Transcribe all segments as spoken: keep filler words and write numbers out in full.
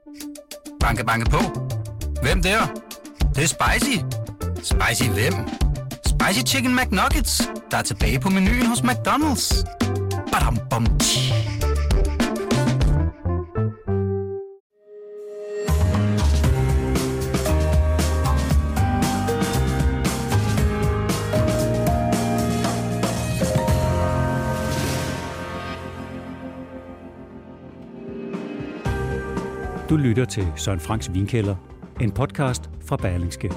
Banke, banke på. Hvem der? Det, det er spicy. Spicy hvem? Spicy Chicken McNuggets, der er tilbage på menuen hos McDonald's. Badum, bom, tji. Du lytter til Søren Franks Vinkælder, en podcast fra Berlingske.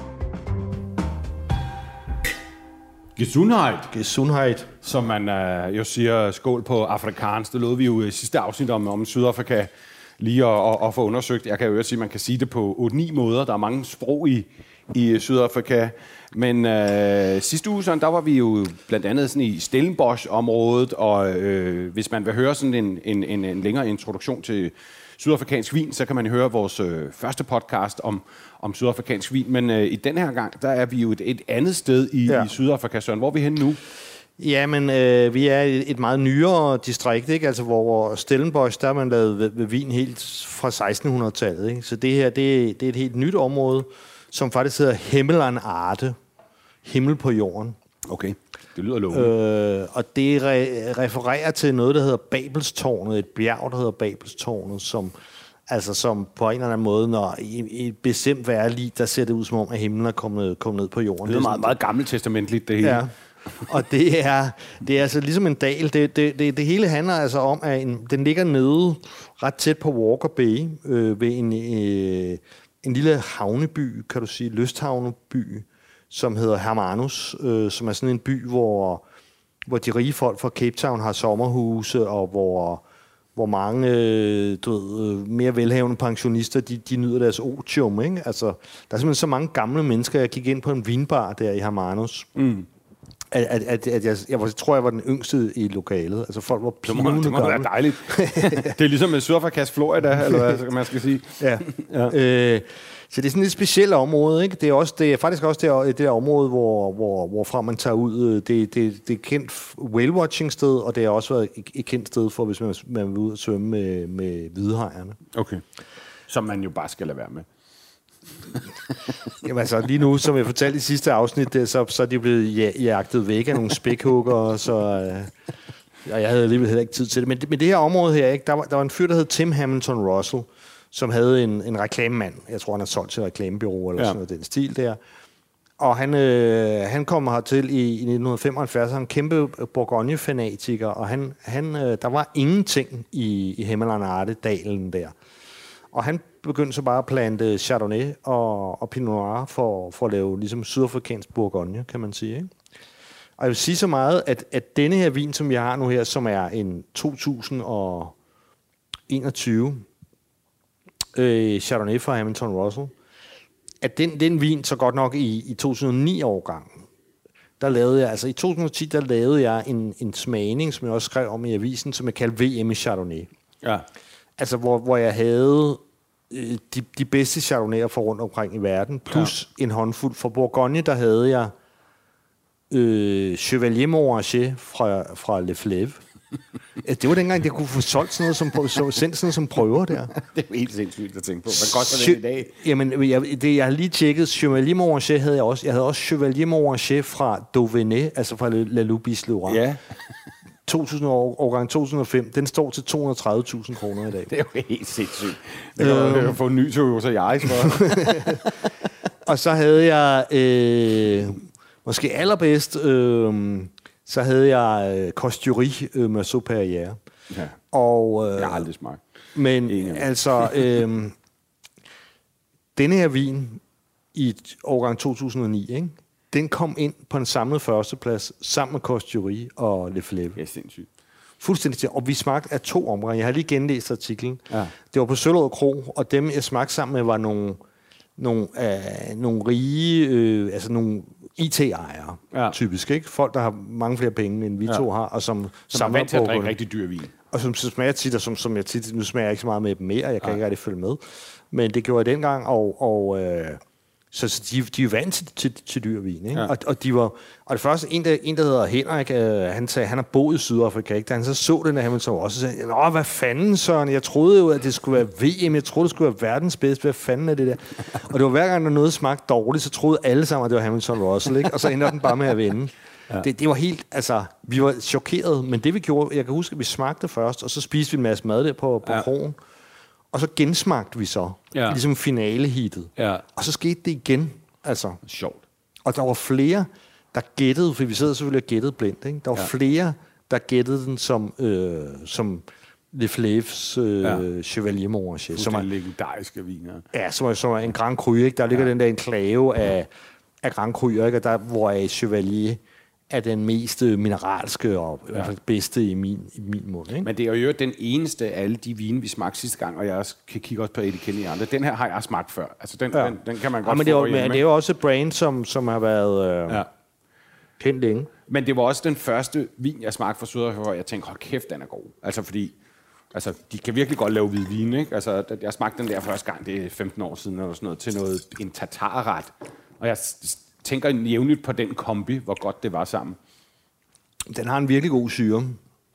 Gesundheit. Gesundheit. Som man uh, jo siger skål på afrikansk. Det lovede vi jo i sidste afsnit om, om Sydafrika lige at, at, at få undersøgt. Jeg kan jo sige, at man kan sige det på otte ni måder. Der er mange sprog i, i Sydafrika. Men uh, sidste uge, sådan, der var vi jo blandt andet sådan i Stellenbosch-området, og uh, hvis man vil høre sådan en, en, en, en længere introduktion til sydafrikansk vin, så kan man høre vores øh, første podcast om, om sydafrikansk vin. Men øh, i den her gang, der er vi jo et, et andet sted i, ja. i Sydafrika, Søren. Hvor er vi henne nu? Jamen, øh, vi er i et meget nyere distrikt, ikke? Altså, hvor Stellenbosch, der har man lavet ved, ved vin helt fra sekstenhundredetallet. Ikke? Så det her, det, det er et helt nyt område, som faktisk hedder Himmelan Arte. Himmel på jorden. Okay. Det lyder lovende. Øh, og det re- refererer til noget, der hedder Babelstårnet, et bjerg, der hedder Babelstårnet, som, altså, som på en eller anden måde, når i, i et bestemt vejrlig, der ser det ud som om, at himlen er kommet, kommet ned på jorden. Det er meget, meget gammeltestamentligt, det hele. Ja. Og det er, det er altså ligesom en dal. Det, det, det, det hele handler altså om, at en, den ligger nede ret tæt på Walker Bay, øh, ved en, øh, en lille havneby, kan du sige, lysthavneby, som hedder Hermanus, øh, som er sådan en by, hvor, hvor de rige folk fra Cape Town har sommerhuse, og hvor, hvor mange øh, du ved, mere velhavende pensionister, de, de nyder deres otium. Ikke? Altså, der er simpelthen så mange gamle mennesker. Jeg gik ind på en vinbar der i Hermanus, mm. at, at, at, at jeg, jeg, jeg tror, jeg var den yngste i lokalet. Altså, folk var pivende gamle. Det må være dejligt. Det er ligesom med Sydafrikas Florida, eller hvad man skal sige. Ja, ja. Øh, Så det er sådan et specielt område, ikke? Det er, også, det er faktisk også det, det der område, hvor, hvor, hvorfra man tager ud. Det, det, det er et kendt whale-watching-sted, og det har også været et, et kendt sted for, hvis man, man vil ud og svømme med, med hvidhajerne. Okay. Som man jo bare skal lade være med. Jamen altså, lige nu, som jeg fortalte i sidste afsnit, det, så, så er de blevet jagtet væk af nogle spækhugger, så... Øh, og jeg havde alligevel heller ikke tid til det. Men, men det her område her, ikke? Der, var, der var en fyr, der hed Tim Hamilton Russell, som havde en, en reklamemand. Jeg tror, han har solgt til et reklamebureau eller ja. sådan noget, den stil der. Og han, øh, han kom hertil i, i nitten femoghalvfjerds, han er en kæmpe Bourgogne-fanatiker, og han, han, øh, der var ingenting i, i Himmelan Arte-dalen der. Og han begyndte så bare at plante Chardonnay og, og Pinot Noir for, for at lave ligesom sydafrikansk Bourgogne, kan man sige. Ikke? Og jeg vil sige så meget, at, at denne her vin, som jeg har nu her, som er en to tusind enogtyve øh, Chardonnay fra Hamilton Russell, at den, den vin så godt nok i, i to tusind og ni-årgangen, der lavede jeg, altså i to tusind og ti, der lavede jeg en, en smagning, som jeg også skrev om i avisen, som jeg kaldte V M i Chardonnay. Ja. Altså, hvor, hvor jeg havde øh, de, de bedste Chardonnayer fra rundt omkring i verden, plus ja. en håndfuld. For Bourgogne, der havde jeg øh, Chevalier Montrachet fra, fra Le Fleuve. Det var dengang, jeg kunne få solgt sådan noget som, så, sendt sådan noget som prøver der. Det er helt sindssygt at tænke på. Hvad koster det i dag? Jamen, jeg, det, jeg har lige tjekket. Chevalier Montrachet havde jeg også. Jeg havde også Chevalier Montrachet fra Dauvenet, altså fra La Louis Laurent. Ja. to tusind år, årgang to tusind og fem, den står til to hundrede og tredive tusind kroner i dag. Det er jo helt sindssygt. Det kan øhm. du få en ny Toyota Yaris for. Og så havde jeg øh, måske allerbedst, øh, så havde jeg øh, Costurie øh, med Sauperrière. Ja. Og, øh, jeg har aldrig smagt. Men Ingen. altså, øh, denne her vin i årgang to tusind og ni, ikke? Den kom ind på en samlet førsteplads sammen med Costurie og Le Fleuve. Ja, sindssygt. Fuldstændig. Og vi smagte af to omgange. Jeg har lige genlæst artiklen. Ja. Det var på Søllerød Kro, og dem, jeg smagte sammen med, var nogle, nogle, øh, nogle rige, øh, altså nogle I T-ejere, ja. typisk, ikke? Folk, der har mange flere penge, end vi ja. to har, og som, som samler på... Som er vant til at drikke rigtig dyr vin. Og som smager tit, og som, som jeg tit... Nu smager jeg ikke så meget med dem mere, jeg kan ja. ikke rigtig følge med. Men det gjorde jeg dengang, og... og øh, Så, så de, de er vant til, til, til dyr vin, ikke? Ja. Og, og de var, og det første, en der, en der hedder Henrik, øh, han sagde, han har boet i Sydafrika, ikke? Da han så så den der Hamilton Ross, så sagde han, åh, hvad fanden, Søren? Jeg troede jo, at det skulle være V M, jeg troede, det skulle være verdens bedste, hvad fanden er det der? Og det var hver gang, der noget smagte dårligt, så troede alle sammen, at det var Hamilton Russell, ikke? Og så endte den bare med at vinde. Ja. Det, det var helt, altså, vi var chokeret, men det vi gjorde, jeg kan huske, at vi smagte først, og så spiste vi en masse mad der på, på ja. krogen, og så gensmagte vi så, ja. ligesom finaleheatet. Ja. Og så skete det igen, altså. Sjovt. Og der var flere, der gættede, for vi sidder selvfølgelig og gættede blindt, ikke? Der var ja. flere, der gættede den som, øh, som Le Fleuves øh, ja. Chevalier Montrachet. Som er legendariske viner. Ja, som er, som er en Grand Cru, ikke? Der ligger ja. den der enklave af, af Grand Cru, ikke? Og der, hvor er Chevalier er den mest mineralske og i hvert fald bedste i min, i min mund. Ikke? Men det er jo den eneste af alle de vine, vi smagte sidste gang, og jeg også kan kigge også på Eddie Kelly andre. Den her har jeg smagt før. Altså, den, ja. den, den kan man godt ja, men det er få jo, men det er jo også et brand, som, som har været øh, ja. kendt længe. Men det var også den første vin, jeg smagte fra Sydafrika, hvor jeg tænkte, hold kæft, den er god. Altså, fordi altså, de kan virkelig godt lave hvid vin, ikke? Altså, jeg smagte den der første gang, det er femten år siden, eller sådan noget, til noget, en tatarret. Og jeg tænker jævnligt på den kombi, hvor godt det var sammen. Den har en virkelig god syre.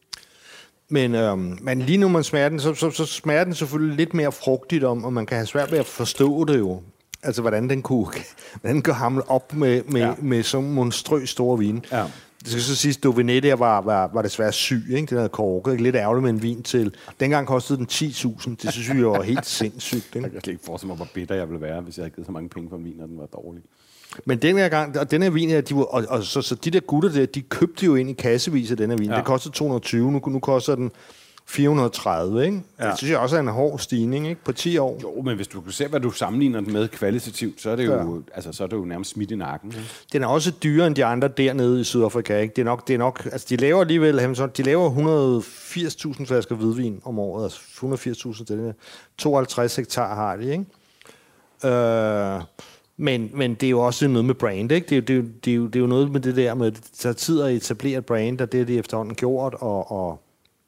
Men, øhm, men lige nu man smager den, så, så, så smager den selvfølgelig lidt mere frugtigt om, og man kan have svært ved at forstå det jo. Altså, hvordan den kunne, hvordan den kunne hamle op med, med, ja. med sådan monstrøs store vin. Ja. Det skal så sige, at Dauphiné der var, var, var desværre syg, ikke? Den havde korket. Lidt ærgerligt med en vin til. Dengang kostede den ti tusind. Det synes jeg var helt sindssygt. Ikke? Jeg kan slet ikke forestille mig, hvor bitter jeg ville være, hvis jeg havde givet så mange penge for en vin, og den var dårlig. Men den her gang, og den her vin her, de var, og, og så, så de der gutter der, de købte jo ind i kassevis af den her vin. Ja. Det kostede to hundrede og tyve, nu, nu koster den fire hundrede og tredive, ikke? Ja. Det synes jeg også er en hård stigning, ikke? På ti år. Jo, men hvis du kan se, hvad du sammenligner den med kvalitativt, så er det jo, ja. altså, så er det jo nærmest smidt i nakken. Ikke? Den er også dyrere end de andre dernede i Sydafrika, ikke? Det er nok, det er nok, altså de laver alligevel, de laver et hundrede og firs tusind flasker hvidvin om året, altså et hundrede og firs tusind, det er tooghalvtreds hektar har de, ikke? Øh... Men, men det er jo også noget med brand, ikke? Det er, det, er jo, det, er jo, det er jo noget med det der med, at det tager tid at etablere et brand, og det er det efterhånden gjort, og, og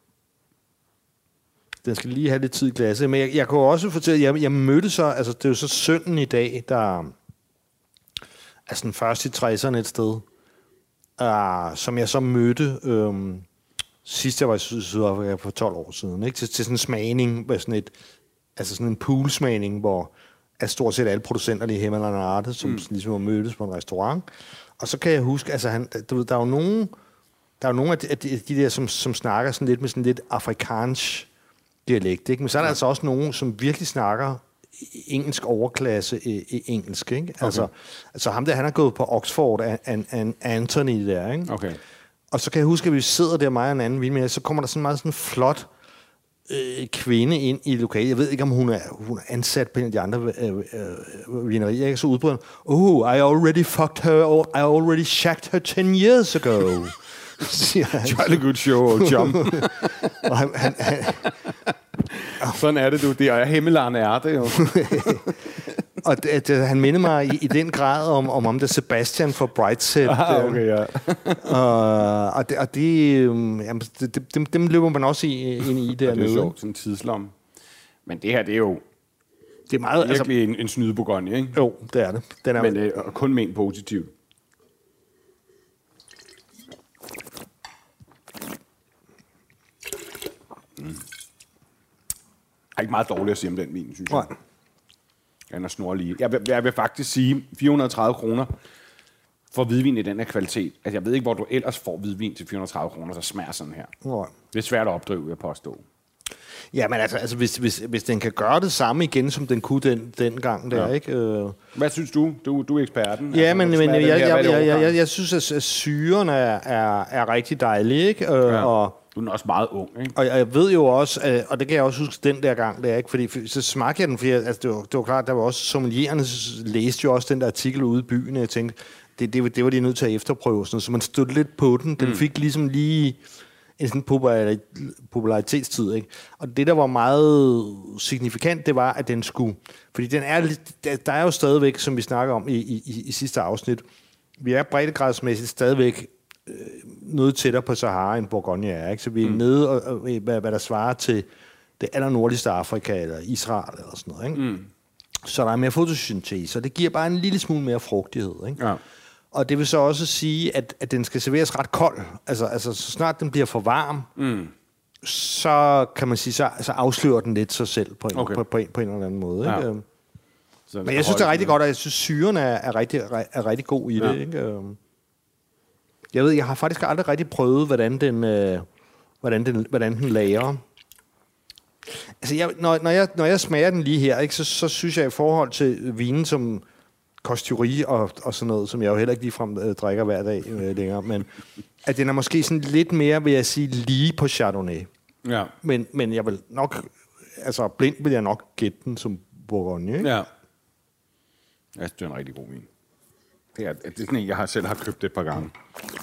den skal lige have lidt tid i glasset. Men jeg, jeg kan jo også fortælle, jeg, jeg mødte så, altså det er jo så sønnen i dag, der er sådan først i tresserne et sted, uh, som jeg så mødte, um, sidst jeg var i Sydafrika for tolv år siden, ikke? Til, til sådan en smagning, med sådan et, altså sådan en poolsmagning, hvor at stort set alle producenterne i Himmerland og Arte, som mm. ligesom har mødtes på en restaurant. Og så kan jeg huske, altså han, du ved, der er jo nogen, der er jo nogle af de, de, de der, som, som snakker sådan lidt med sådan lidt afrikansk dialekt, ikke? Men så er der ja. altså også nogen, som virkelig snakker engelsk overklasse i, i engelsk, ikke? Okay. Altså, altså ham der, han har gået på Oxford, an, an, Anthony der, ikke? Okay. Og så kan jeg huske, at vi sidder der, mig og en anden vinmand, så kommer der sådan meget sådan flot øh, kvinde ind i lokalet. Jeg ved ikke, om hun er, hun er ansat på en af de andre øh, øh, vinerier. Jeg så udbryder, oh, I already fucked her, or I already shacked her ten years ago. Jolly good show, John. Og han, han, han, sådan er det, du. Det er Himmerland er det jo. Og det, det, han minder mig i, i den grad om, om, om det Sebastian fra Brightset. Ah, okay, ja. og, og, det, og det, jamen, det, dem, dem løber man også i, ind i dernede. Det er sjovt, sådan en tidslomme. Men det her, det er jo det er meget, virkelig altså, en, en snyde Bourgogne, ikke? Jo, det er det. Den er, men det er kun ment positivt. Mm. Jeg er ikke meget dårligt at sige om den vin, synes jeg. Nej. Den er snorlige. Jeg vil, jeg vil faktisk sige fire hundrede og tredive kroner for hvidvin i den her kvalitet. Altså, jeg ved ikke, hvor du ellers får hvidvin til fire hundrede og tredive kroner, der smager sådan her. Nej. Det er svært at opdrive, jeg påstå. Ja, men altså, altså hvis, hvis, hvis den kan gøre det samme igen, som den kunne den, den gang der, ja. Ikke? Øh... Hvad synes du? Du, du er eksperten. Ja, altså, men, men jeg, jeg, jeg, jeg, jeg, jeg synes, at syren er, er, er rigtig dejlig, ikke? Øh, ja. Og du er også meget ung, ikke? Og jeg ved jo også, og det kan jeg også huske den der gang, der, ikke? Fordi så smagte jeg den, fordi altså, det, var, det var klart, der var også sommeliererne læste jo også den der artikel ude i byen, og jeg tænkte, det, det, det var de nødt til at efterprøve, sådan, så man stod lidt på den. Den mm. fik ligesom lige en sådan popularitetstid, ikke? Og det, der var meget signifikant, det var, at den skulle, fordi den er lidt, der er jo stadigvæk, som vi snakker om i, i, i sidste afsnit, vi er breddegradsmæssigt stadigvæk noget tættere på Sahara end Bourgogne er, ikke? Så vi er mm. nede, og, og, hvad, hvad der svarer til det allernordligste Afrika, eller Israel, eller sådan noget, ikke? Mm. Så der er mere fotosyntese, og det giver bare en lille smule mere frugtighed. Ikke? Ja. Og det vil så også sige, at, at den skal serveres ret kold. Altså, altså så snart den bliver for varm, mm. så kan man sige, så, så afslører den lidt sig selv på en, okay. på, på, en, på en eller anden måde. Ikke? Ja. Men jeg synes, det er rigtig godt, og jeg synes, syren er, er, rigtig, er rigtig god i ja. det. Ikke? Jeg ved, jeg har faktisk aldrig rigtig prøvet, hvordan den, øh, hvordan den, hvordan den lager. Altså, jeg, når, når, jeg, når jeg smager den lige her, ikke, så, så synes jeg i forhold til vinen som Costurri og, og sådan noget, som jeg jo heller ikke ligefrem øh, drikker hver dag øh, længere, men at den er måske sådan lidt mere, vil jeg sige, lige på Chardonnay. Ja. Men, men jeg vil nok, altså blindt vil jeg nok gætte den som Bourgogne. Ikke? Ja. Jeg synes, det er en rigtig god vin. Det er, det er sådan en, jeg har selv har købt et par gange.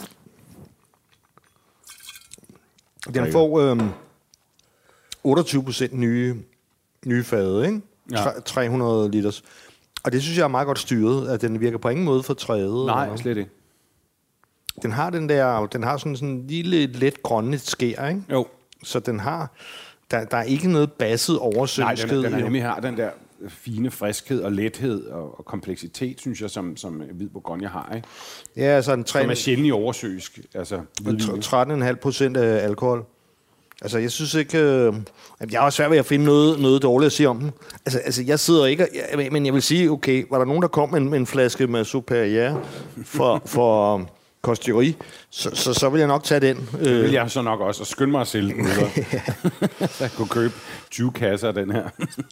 Den får øh, otteogtyve procent nye, nye fade, ikke? Ja. tre hundrede liters. Og det synes jeg er meget godt styret, at den virker på ingen måde for træet. Nej, slet ikke. Den har den der, den har sådan sådan en lille, let grønne skær, ikke? Jo. Så den har, der, der er ikke noget basset oversøgsked. Nej, den, den er nemlig har den der fine friskhed og lethed og, og kompleksitet, synes jeg, som, som hvid Bourgogne har, ikke? Ja, altså en tre... Som er sjældent i oversøisk, altså tretten komma fem procent af alkohol. Altså, jeg synes ikke... Øh, jeg har svært ved at finde noget, noget dårligt at sige om den. Altså, altså jeg sidder ikke... Jeg, men jeg vil sige, okay, var der nogen, der kom med en, med en flaske med Superior for, for um, Costurri, så, så, så vil jeg nok tage den. Det vil jeg så nok også, og skynde mig at sælge den. Så jeg kunne købe tyve kasser af den her.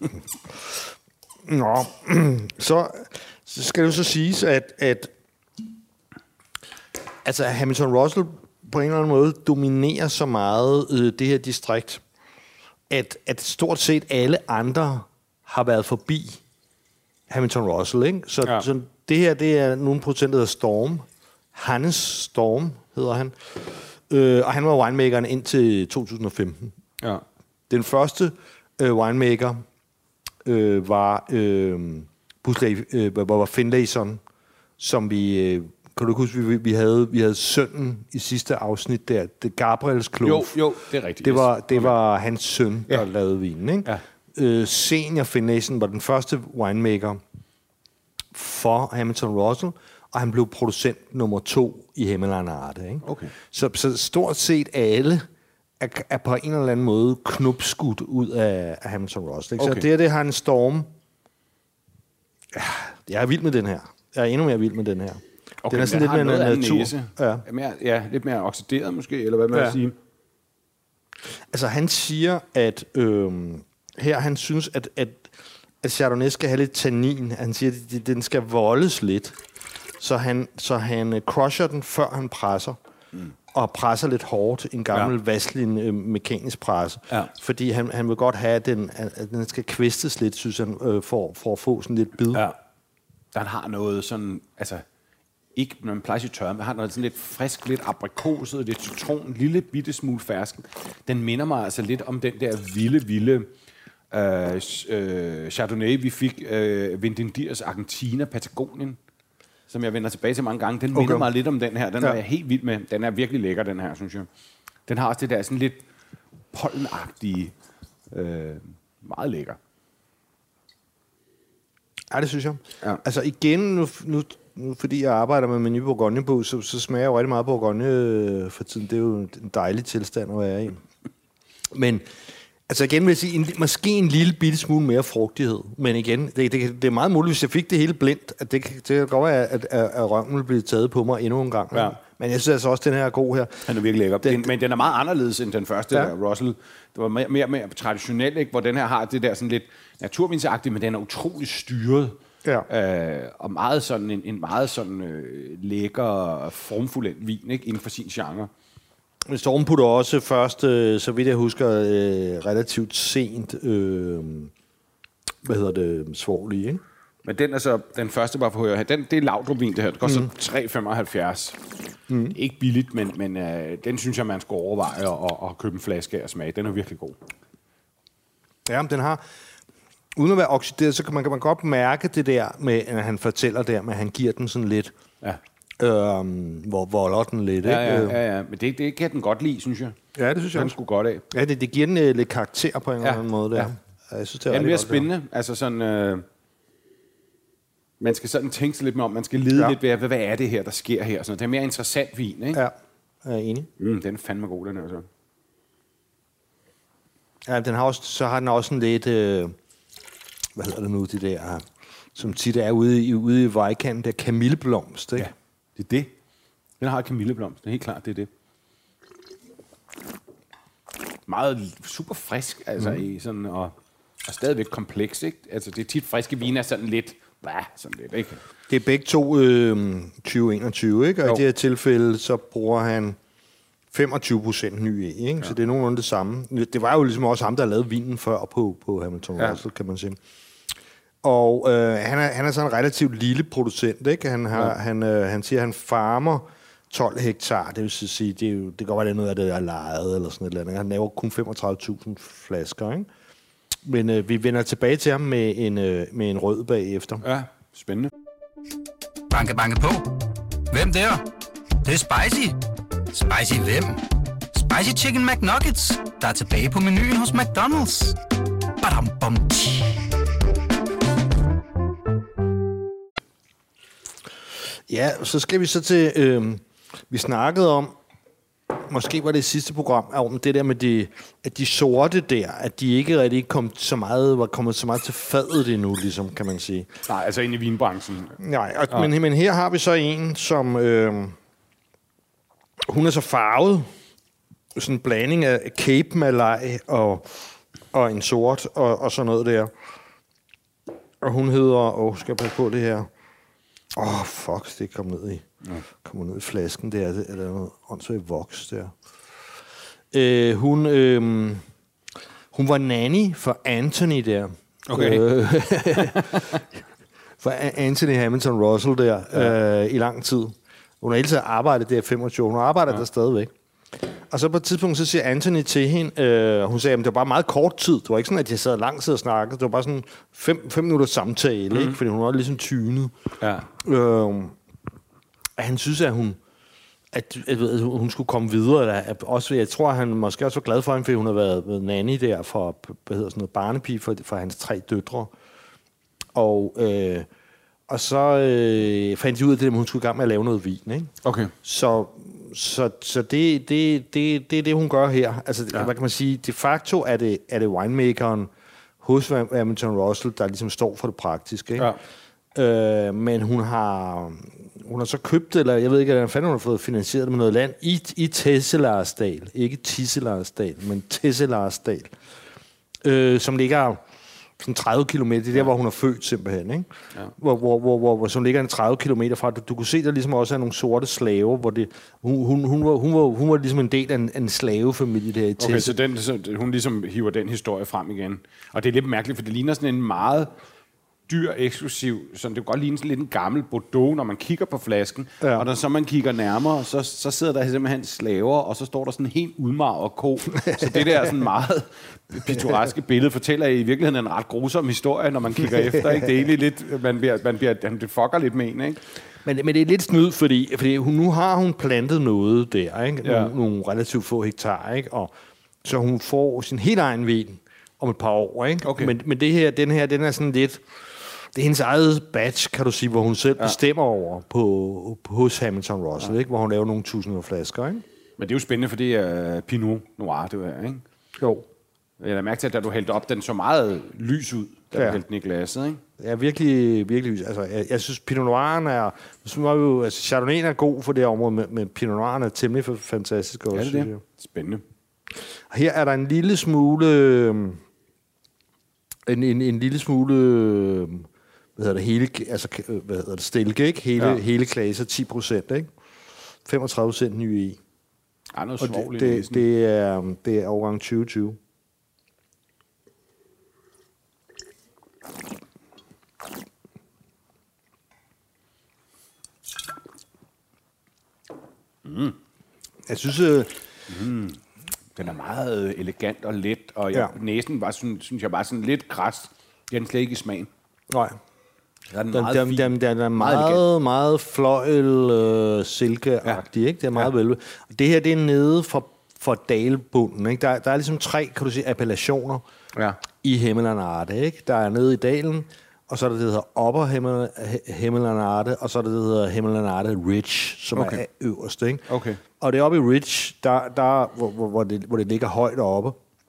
Nå, så, så skal det jo så siges, at, at altså Hamilton Russell på en eller anden måde dominerer så meget øh, det her distrikt, at, at stort set alle andre har været forbi Hamilton Russell, ikke? Så, ja. så det her, det er nogle procent af Storm. Hannes Storm hedder han. Øh, og han var winemakeren indtil to tusind og femten. Ja. Den første øh, winemaker øh, var øh, Busley, øh, var Finlayson, som vi... Øh, kan du huske, vi, vi, havde, vi havde sønnen i sidste afsnit der, det Gabriels Kloof. Jo, jo, det er rigtigt. Det var, det var hans søn, der ja. lavede vinen. Ikke? Ja. Øh, Senior Finlayson var den første winemaker for Hamilton Russell, og han blev producent nummer to i Himmelland Arte. Ikke? Okay. Så, så stort set alle er, er på en eller anden måde knupskudt ud af, af Hamilton Russell. Ikke? Okay. Så det, det har en Storm. Ja, jeg er vild med den her. Jeg er endnu mere vild med den her. Okay, den er sådan lidt mere natur. Ja. Mere, ja, lidt mere oxideret måske, eller hvad man ja. vil sige. Altså, han siger, at øh, her han synes, at, at, at Chardonnay skal have lidt tannin. Han siger, at den skal voldes lidt. Så han, så han uh, crusher den, før han presser. Mm. Og presser lidt hårdt. En gammel ja. Vaseline øh, mekanisk presse. Ja. Fordi han, han vil godt have, at den, at den skal kvistes lidt, synes han, øh, for, for at få sådan lidt bid. Ja. Den har noget sådan... altså ikke, når man plejer at tørre, men har noget sådan lidt frisk, lidt aprikoset, lidt citron, en lille bitte smule fersken. Den minder mig altså lidt om den der vilde, vilde øh, øh, Chardonnay, vi fik øh, Vendindirs Argentina, Patagonien, som jeg vender tilbage til mange gange. Den minder okay. mig lidt om den her. Den ja. er jeg helt vild med. Den er virkelig lækker, den her, synes jeg. Den har også det der sådan lidt pollenagtige, øh, meget lækker. Ja, det synes jeg. Ja. Altså igen, nu... nu Nu, fordi jeg arbejder med Menu Bourgogne-bog, så, så smager jeg jo rigtig meget Bourgogne øh, for tiden. Det er jo en dejlig tilstand at være i. Men altså igen vil jeg sige, en, måske en lille bitte smule mere frugtighed. Men igen, det, det, det er meget muligt, hvis jeg fik det hele blindt, at det, det kan godt være, at, at, at røven ville blive taget på mig endnu en gang. Ja. Men jeg synes altså også, at den her er god her. Den er virkelig lækker. Den, men den er meget anderledes end den første, ja. der, Russell. Det var mere, mere, mere traditionelt, ikke? Hvor den her har det der sådan lidt naturvinsagtigt, men den er utrolig styret. Ja. Øh, og meget sådan en, en meget sådan øh, lækker, formfuld vin, ikke, inden for sin genre. Storm putter også først, øh, så vidt jeg husker, øh, relativt sent, øh, hvad hedder det, svovl i, ikke? Men den er så, den første bare for højere her, den, det er Laudrup-vin, det her. Det koster mm. tre komma femoghalvfjerds. Mm. Ikke billigt, men, men øh, den synes jeg, man skal overveje at, at købe en flaske og smage. Den er virkelig god. Ja, den har... Uden at være oxideret, så kan man, kan man godt mærke det der med, at han fortæller der, med at han giver den sådan lidt, ja. øhm, hvor volder den lidt. Ja, ja, ja, ja. Men det, det kan den godt lide, synes jeg. Ja, det synes jeg. Den skulle godt af. Ja, det, det giver den uh, lidt karakter på en ja. eller anden måde der. Ja. Ja, jeg synes, det er ja, det er spændende. Altså sådan, øh, Man skal sådan tænke sig lidt mere om, man skal lede ja. lidt ved, hvad, hvad er det her, der sker her. Så det er mere interessant vin, ikke? Ja, jeg er enig. Mm, den er fandme god, den her så. Ja, den har også, så har den også en lidt, øh, hvad hedder det nu, det der, som tit er ude i, ude i vejkanten, der kamilleblomst, ikke? Ja, det er det. Den har kamilleblomst, det er helt klart, det er det. Meget super frisk, altså, mm. i sådan, og, og stadigvæk kompleks, ikke? Altså, det er tit friske viner, sådan lidt, bah, sådan lidt, ikke? Det er begge to øh, tyve enogtyve, ikke? Og jo. I det her tilfælde, så bruger han femogtyve procent ny i, ikke? Ja. Så det er nogenlunde det samme. Det var jo ligesom også ham, der lavede vinen før på, på Hamilton ja. Russell, kan man sige. Og øh, han, er, han er sådan en relativt lille producent, ikke? Han, har, ja. han, øh, han siger, at han farmer tolv hektar, det vil sige, det, er jo, det kan godt være, noget af det er lejet, eller sådan et eller andet. Han laver kun femogtredive tusind flasker, ikke? Men øh, vi vender tilbage til ham med en, øh, med en rød bagefter. Ja, spændende. Banke, banke på. Hvem der? Det, det er spicy. Spicy hvem? Spicy Chicken McNuggets, der er tilbage på menuen hos McDonald's. Badum, bom, ja, så skal vi så til... Øh, vi snakkede om, måske var det i sidste program, om det der med de, at de sorte der, at de ikke rigtig kom så meget, var kommet så meget til fadet endnu, ligesom, kan man sige. Nej, altså ind i vinbranchen. Nej, og, ja. men, men her har vi så en, som... Øh, hun er så farvet, sådan en blanding af Cape Malay og, og en sort og, og sådan noget der. Og hun hedder... Åh, skal jeg passe på det her? Åh, oh, fuck, det kom ned i... Ja. Kommer ned i flasken der, eller noget åndssvagt voks der. Øh, hun, øh, hun var nanny for Anthony der. Okay. Øh, for Anthony Hamilton Russell der, ja. øh, i lang tid. Hun har hele tiden arbejdet der i femogtyve. Hun arbejder ja. der stadigvæk. Og så på et tidspunkt, så siger Anthony til hende, øh, hun sagde, at det var bare meget kort tid. Det var ikke sådan, at jeg sad lang tid og snakkede. Det var bare sådan fem, fem minutter samtale, mm. ikke? Fordi hun var ligesom tynet. Ja. Øh, han synes, at hun, at, at, at hun skulle komme videre. At også, jeg tror, at han måske også var glad for hende, fordi hun har været nanny der for, hvad hedder sådan noget, barnepige for, for hans tre døtre. Og, øh, og så øh, fandt de ud af det, at hun skulle i gang med at lave noget vin. Ikke? Okay. Så, så, så det, det, det, det er det, hun gør her. Altså, ja. Hvad kan man sige? De facto er det, er det winemakeren hos Hamilton Russell, der ligesom står for det praktiske. Ikke? Ja. Øh, men hun har... Hun har så købt, eller jeg ved ikke, hvordan fanden hun har fået finansieret det med noget land, i, i Tesselarsdal. Ikke Tisselarsdal, men Tesselarsdal. Øh, som ligger sådan tredive kilometer. Det er der, ja. hvor hun er født simpelthen. Ikke? Ja. Hvor, hvor, hvor, hvor, hvor, som ligger en tredive kilometer fra. Du, du kunne se, der ligesom også er nogle sorte slaver, hvor det, hun, hun, hun, var, hun, var, hun var ligesom en del af en, en slavefamilie der i Tessel. Okay, så, den, så hun ligesom hiver den historie frem igen. Og det er lidt mærkeligt, for det ligner sådan en meget... dyr, eksklusiv, så det kan godt ligne sådan lidt en gammel Bordeaux, når man kigger på flasken, ja. Og når så man kigger nærmere, så, så sidder der simpelthen slaver, og så står der sådan en helt udmarvet ko. Så det der er sådan meget pittoreske billede, fortæller i virkeligheden en ret grusom historie, når man kigger efter, ikke? Det er egentlig lidt, man bliver, man bliver, det fucker lidt med en, ikke? Men, men det er lidt snyd, fordi, fordi hun, nu har hun plantet noget der, ikke? Ja. Nogle, nogle relativt få hektar, ikke? Og så hun får sin helt egen vin om et par år, ikke? Okay. Men, men det her, den her, den er sådan lidt... Det er hendes eget batch, kan du sige, hvor hun selv ja. bestemmer over på, på, hos Hamilton Russell, ja. ikke? Hvor hun laver nogle tusinder flasker. Ikke? Men det er jo spændende, for det er Pinot Noir, det er, ikke? Jo. Jeg har mærket til, at da du hældte op, den så meget lys ud, da ja. du hældte den i glasset, ikke? Ja, virkelig, virkelig lys. Altså, jeg, jeg synes, Pinot Noir er... Jo, altså, Chardonnay er god for det her område, men, men Pinot Noir er temmelig fantastisk også. Ja, det er det. Spændende. Her er der en lille smule... En, en, en lille smule... Hvad hedder det, hele, altså, hvad hedder det, stilke, ikke? Hele, ja. hele klasse, ti procent, ikke? femogtredive procent nye i. Ja, noget svovl i det, det, det, er, det er årgang tyve tyve. Mm. Jeg synes... Øh, mm. Den er meget elegant og let, og jeg, ja. næsen var, synes, synes jeg, bare sådan lidt græs. Den er slet ikke i smagen. Nej. Den er den, meget den, fin. Den, den er meget, meget, meget fløjl, øh, silkeagtig, ja. ikke? Det er meget ja. vel. Det her, det er nede for, for dalbunden, ikke? Der, der er ligesom tre, kan du sige, appellationer ja. i Himmelanarte, ikke? Der er nede i dalen, og så er der det, der hedder Upper Himmelanarte, og så er der det, der hedder Himmelanarte Ridge, som okay. er øverst, ikke? Okay. Og det er oppe i Ridge, der, der hvor, hvor, hvor, det, hvor det ligger højt oppe,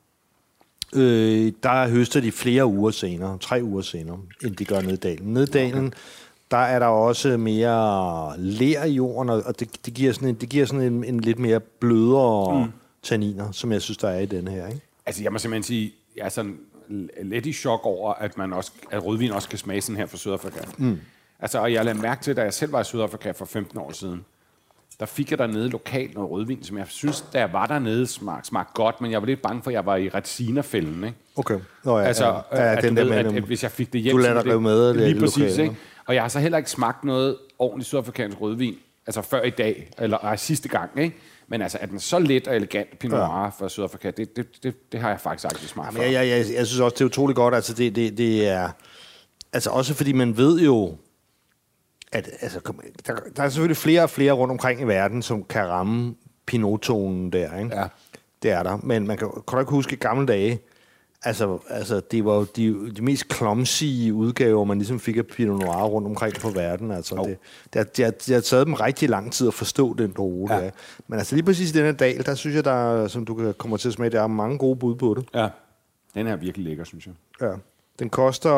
øh, der høster de flere uger senere, tre uger senere, end de gør nede i dalen. Nede i dalen, okay. der er der også mere ler i jorden, og det, det giver sådan en, det giver sådan en, en lidt mere blødere mm. tanniner, som jeg synes, der er i den her, ikke? Altså, jeg må simpelthen sige, jeg er sådan lidt i chok over, at, man også, at rødvin også kan smage sådan her fra Sydafrika. Mm. Altså, og jeg lagde mærke til, da jeg selv var i Sydafrika for femten år siden, der fik jeg dernede lokalt noget rødvin, som jeg synes, da jeg var dernede, smagte smag godt, men jeg var lidt bange for, at jeg var i Retsina-fælden, ikke? Okay. Nå, ja, altså, ja, ja, at, den du der ved, med, at, at hvis jeg fik det hjem... Du lader dig med det, lige præcis, lokale, ikke? Og jeg har så heller ikke smagt noget ordentligt sydafrikansk rødvin, altså før i dag, eller ej, sidste gang, ikke? Men altså, er den så let og elegant Pinot Noir ja. fra Sydafrika, det, det, det, det har jeg faktisk aldrig smagt for. Jeg, jeg, jeg, jeg synes også, det er utroligt godt, altså det, det, det er... Altså også fordi man ved jo, at altså, der, der er selvfølgelig flere og flere rundt omkring i verden, som kan ramme Pinot-tonen der, ikke? Ja. Det er der. Men man kan, kan du ikke huske i gamle dage, altså, altså det var jo de, de mest clumsy udgaver, man ligesom fik af Pinot Noir rundt omkring på verden. Altså, oh. det, det, har, det, har, det har taget dem rigtig lang tid at forstå den droge. Ja. Men altså lige præcis i denne dal, der synes jeg, der, som du kommer til at smage, der er mange gode bud på det. Ja, den er virkelig lækker, synes jeg. Ja, den koster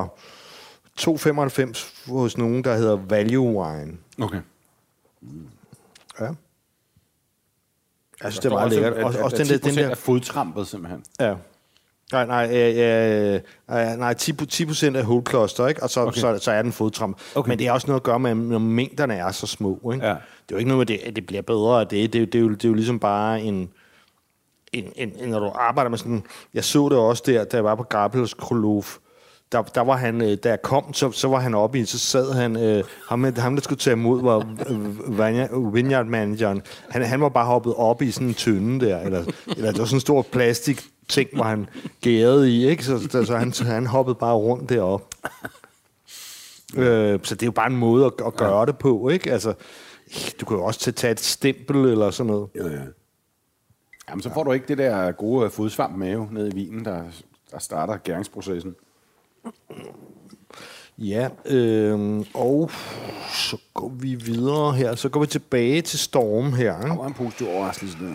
to femoghalvfems hos nogen, der hedder Value Wine. Okay. Mm. Ja. Jeg synes, det er meget lækkert. Også, også den der, den der er fodtrampet, simpelthen. Ja. Nej, nej, øh, øh, nej ti procent af whole cluster, ikke? Og så, okay. så, så er den fodtramp. Okay. Men det er også noget at gøre med, når mængderne er så små, ikke? Ja. Det er jo ikke noget med, det, at det bliver bedre af det. Det, det, er jo, det er jo ligesom bare en, en, en, en... Når du arbejder med sådan... Jeg så det også der, da jeg var på Gabels Krolof. Der, der var han, da jeg kom, så, så var han oppe i, så sad han, øh, ham, ham der skulle tage imod, var øh, vineyard-manageren. Han, han var bare hoppet op i sådan en tynde der, eller, eller det var sådan en stor plastik ting, hvor han gærede i, ikke? Så, så, så, han, så han hoppede bare rundt deroppe. øh, så det er jo bare en måde at, at gøre ja. det på, ikke? Altså, du kan jo også tage et stempel eller sådan noget. Ja, ja. Jamen, så får du ikke det der gode fodsvamp med jo, nede i vinen, der, der starter gæringsprocessen. Ja, øh, og så går vi videre her. Så går vi tilbage til Storm her. Der var en positiv overraskelse nu.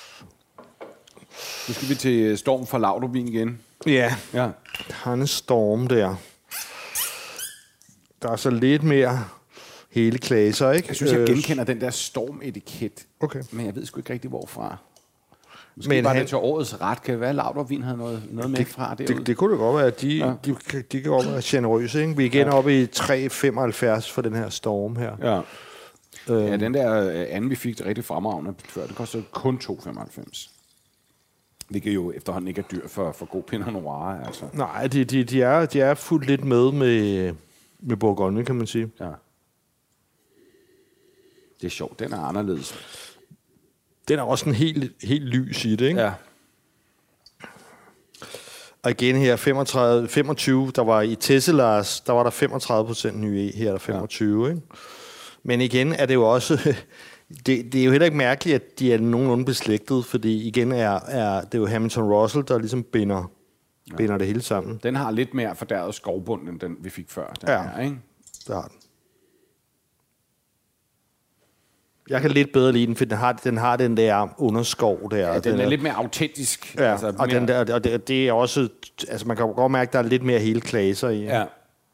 Nu skal vi til Storm fra Laudrup igen. Ja, ja. Han er Storm der. Der er så lidt mere hele klasser, ikke? Jeg synes, jeg genkender den der Storm-etiket. Okay. Men jeg ved sgu ikke rigtig, hvorfra. Måske men var han, det til årets ret. Kan det være, at Laudrup-vin havde noget, noget med det, fra det? Det, det kunne det godt være. De, ja. de, de, de kan godt være generøse, ikke? Vi er igen ja. oppe i tre femoghalvfjerds for den her Storm her. Ja, øhm. ja den der anden, vi fik det rigtig fremragende før, det kostede kun to femoghalvfems. Hvilket jo efterhånden ikke er dyr for, for god Pinot Noir, altså. Nej, de, de, de, er, de er fuldt lidt med med, med Bourgogne, kan man sige. Ja. Det er sjovt, den er anderledes. Den er også en helt, helt lys i det, ikke? Ja. Og igen her, femogtredive, femogtyve, der var i Tesselas, der var der femogtredive procent nye, her er der femogtyve, ja. Ikke? Men igen er det jo også... Det, det er jo heller ikke mærkeligt, at de er nogenlunde beslægtet, fordi igen er, er det er jo Hamilton Russell, der ligesom binder, ja. binder det hele sammen. Den har lidt mere fordærvet skovbund, end den vi fik før. Den ja, her, ikke? Det har den. Jeg kan lidt bedre lide den, for den har den, har den der underskov der. Ja, den, den er der, lidt mere autentisk. Ja, altså, og, mere... den der, og det, det er også... Altså, man kan jo godt mærke, at der er lidt mere hele klasser i. Ja.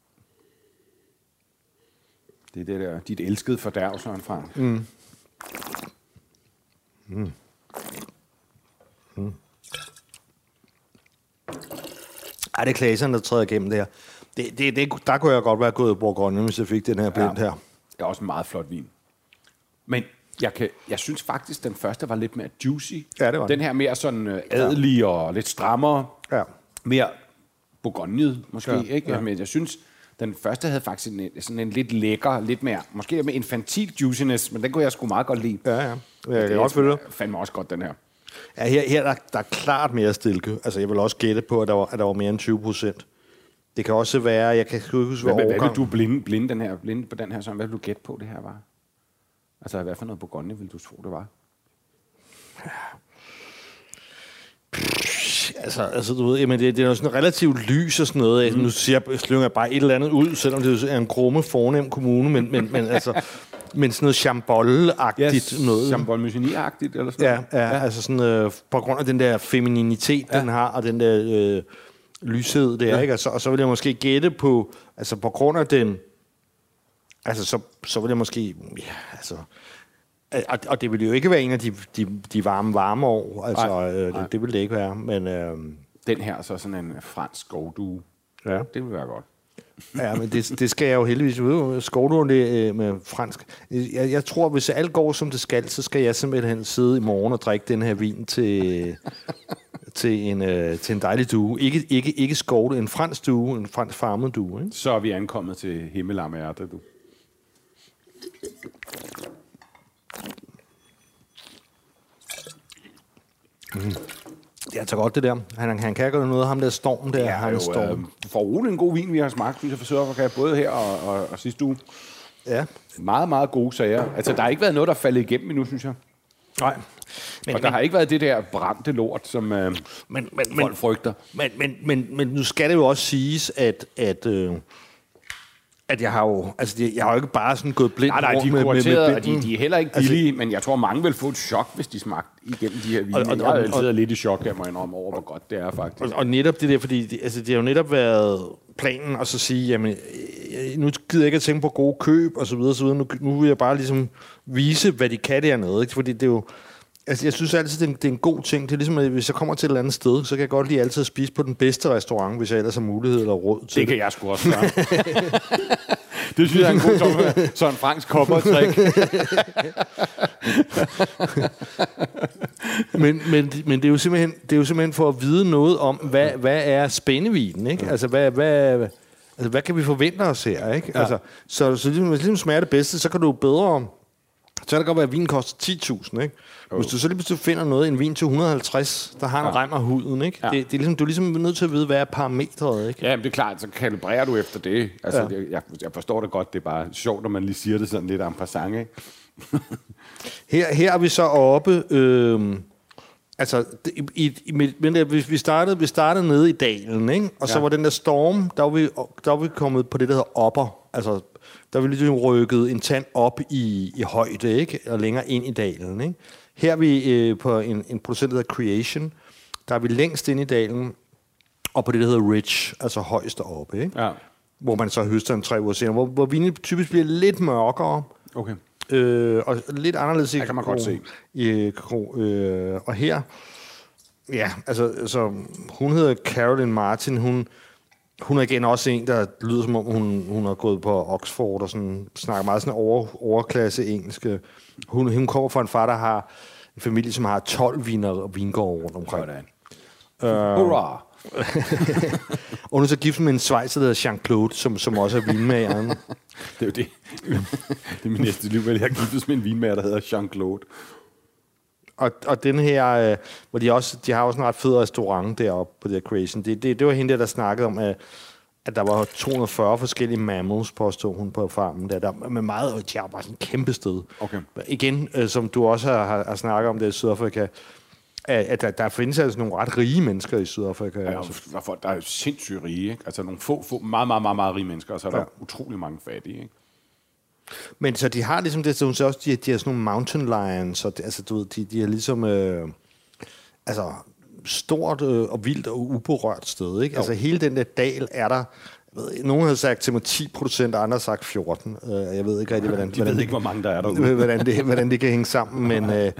Det er det der, dit elskede fordærv, Søren Frank. Mm. Mm. Mm. Ej, det er klasserne, der træder igennem det her. Det, det, det, der kunne jeg godt være gået i Bourgogne, hvis jeg fik den her blend ja. her. Det er også en meget flot vin. Men jeg, kan, jeg synes faktisk, den første var lidt mere juicy. Ja, det var den her mere sådan øh, adelig og lidt strammere. Ja. Mere Bourgogne måske, ja. ikke? Ja. Men jeg synes, den første havde faktisk en, sådan en lidt lækker, lidt mere, måske med infantil juiciness, men den kunne jeg sgu meget godt lide. Ja, ja. Jeg kan også følge det. Fandme også godt, den her. Ja, her, her der, der er klart mere stilke. Altså, jeg vil også gætte på, at der var, at der var mere end tyve procent. Det kan også være, jeg kan ikke huske, hvad, hvad, hvad vil du blinde, blinde, den her, blinde på den her, så hvad vil du gætte på, det her var? Altså, hvad for noget Bourgogne vil du tro, det var? Altså, altså du ved, jamen, det, det er jo sådan relativt lys og sådan noget. Mm. Nu siger jeg, slynger jeg bare et eller andet ud, selvom det er en grumme, fornem kommune, men, men, men altså... Men sådan noget chambolle-agtigt ja, noget. Chambolle-musigny-agtigt, eller sådan noget. Ja, ja, ja. Altså sådan, øh, på grund af den der femininitet, ja. den har, og den der øh, lyshed der, ja. ikke? Og så, og så vil jeg måske gætte på, altså på grund af den, altså så, så vil jeg måske, ja, altså... Og, og det ville jo ikke være en af de, de, de varme, varme år, altså nej, øh, det, det ville det ikke være, men... Øh, den her, så sådan en fransk skovdue, ja. Det ville være godt. Ja, men det, det skal jeg jo heldigvis ud. Skovduen det med fransk. Jeg, jeg tror, hvis alt går som det skal, så skal jeg simpelthen sidde i morgen og drikke den her vin til, til, en, øh, til en dejlig due. Ikke, ikke, ikke skovdue, en fransk due, en fransk farmet due. Ikke? Så er vi ankommet til Himmelamerte, du. Mm. Det er altså godt, det der. Han, han kan gøre noget af ham der Storm der. Det er jo Storm. Øh, for roligt en god vin, vi har smagt, synes jeg, for Sydafrika, både her og, og, og sidste uge. Ja. Meget, meget gode sager. Altså, der har ikke været noget, der er faldet igennem endnu, synes jeg. Nej. Men, og der men, har ikke været det der brændte lort, som øh, men, men, folk frygter. Men, men, men, men nu skal det jo også siges, at... at øh, at jeg har jo, altså de, jeg har jo ikke bare sådan gået blind nej, nej, rundt de med, med, med og de, de er heller ikke billige, altså, men jeg tror, mange vil få et chok, hvis de smagte igennem de her vine. Og, og, og, jeg sidder lidt i chok, jeg må indrømme over, hvor godt det er faktisk. Og, og netop det der, fordi det, altså, det har jo netop været planen at så sige, jamen, nu gider jeg ikke at tænke på gode køb, og så videre, så videre. Nu, nu vil jeg bare ligesom vise, hvad de kan dernede, ikke? Fordi det er jo, altså, jeg synes altid, det er, en, det er en god ting. Det er ligesom, at hvis jeg kommer til et eller andet sted, så kan jeg godt lige altid spise på den bedste restaurant, hvis jeg ellers har mulighed eller råd til det. Det kan jeg sgu også gøre. Det synes jeg er en god tom, sådan en fransk koppertrik. men, men, men det er jo simpelthen det er jo simpelthen for at vide noget om, hvad, hvad er spændevinen, ikke? Altså, hvad, hvad, altså, hvad kan vi forvente os her, ikke? Ja. Altså, så, så ligesom, hvis ligesom smager det bedste, så kan du bedre... Så kan det godt være, at vinen koster ti tusind, ikke? Hvis du så lige pludselig finder noget, en vin til et hundrede og halvtreds, der har en ja. rem af huden, ikke? Ja. Det, det er ligesom, du er ligesom nødt til at vide, hvad er parametret, ikke? Ja, men det er klart, så kalibrerer du efter det. Altså, ja. jeg, jeg forstår det godt, det er bare sjovt, når man lige siger det sådan lidt en passant, ikke? her, her er vi så oppe... Øh, altså, i, i, men der, vi, startede, vi startede nede i dalen, ikke? Og så ja. var den der Storm, der var, vi, der var vi kommet på det, der hedder opper. Altså, der var vi ligesom rykket en tand op i, i højde, ikke? Og længere ind i dalen, ikke? Her er vi øh, på en, en producent, der hedder Creation. Der er vi længst ind i dalen, og på det, der hedder Ridge, altså højst oppe, ikke? Ja. Hvor man så høster en tre uger senere, hvor, hvor vinen typisk bliver lidt mørkere. Okay. Øh, og lidt anderledes i kan man godt se. I, øh, og her, ja, altså, altså hun hedder Caroline Martin, hun, hun er igen også en, der lyder som om, hun, hun har gået på Oxford og sådan, snakker meget sådan over, overklasse engelsk. Hun, hun kommer fra en far, der har en familie, som har tolv viner og vingårde rundt omkring. Sådan. Uh, Hurra! Og hun er så gift med en svejser, der hedder Jean-Claude, som, som også er vinmageren. Det er jo det. Det er min næste liv, jeg har giftet med en vinmager, der hedder Jean-Claude. Og, og den her, øh, hvor de også, de har også en ret fed restaurant deroppe på der Creation. Det, det, det var hende der, der snakkede om, at, at der var to hundrede og fyrre forskellige mammals, påstod hun på farmen der. der med meget, de har bare sådan et kæmpe sted. Okay. Igen, øh, som du også har, har, har snakket om det i Sydafrika, at, at der, der findes altså nogle ret rige mennesker i Sydafrika. Ja, altså. Der er jo sindssygt rige, ikke? Altså nogle få, få meget, meget, meget, meget rige mennesker, og så er der ja. utrolig mange fattige, ikke? Men så de har ligesom det, så hun siger også, de, de har sådan nogle mountain lions, og det, altså du ved, de, de er ligesom, øh, altså stort øh, og vildt og uberørt sted, ikke? Jo. Altså hele den der dal er der, ved, nogen har sagt til mig ti procent, andre har sagt fjorten. Øh, jeg ved ikke rigtig, hvordan, de hvordan ved ikke, hvor mange der er derude. hvordan, det, hvordan det kan hænge sammen, men øh,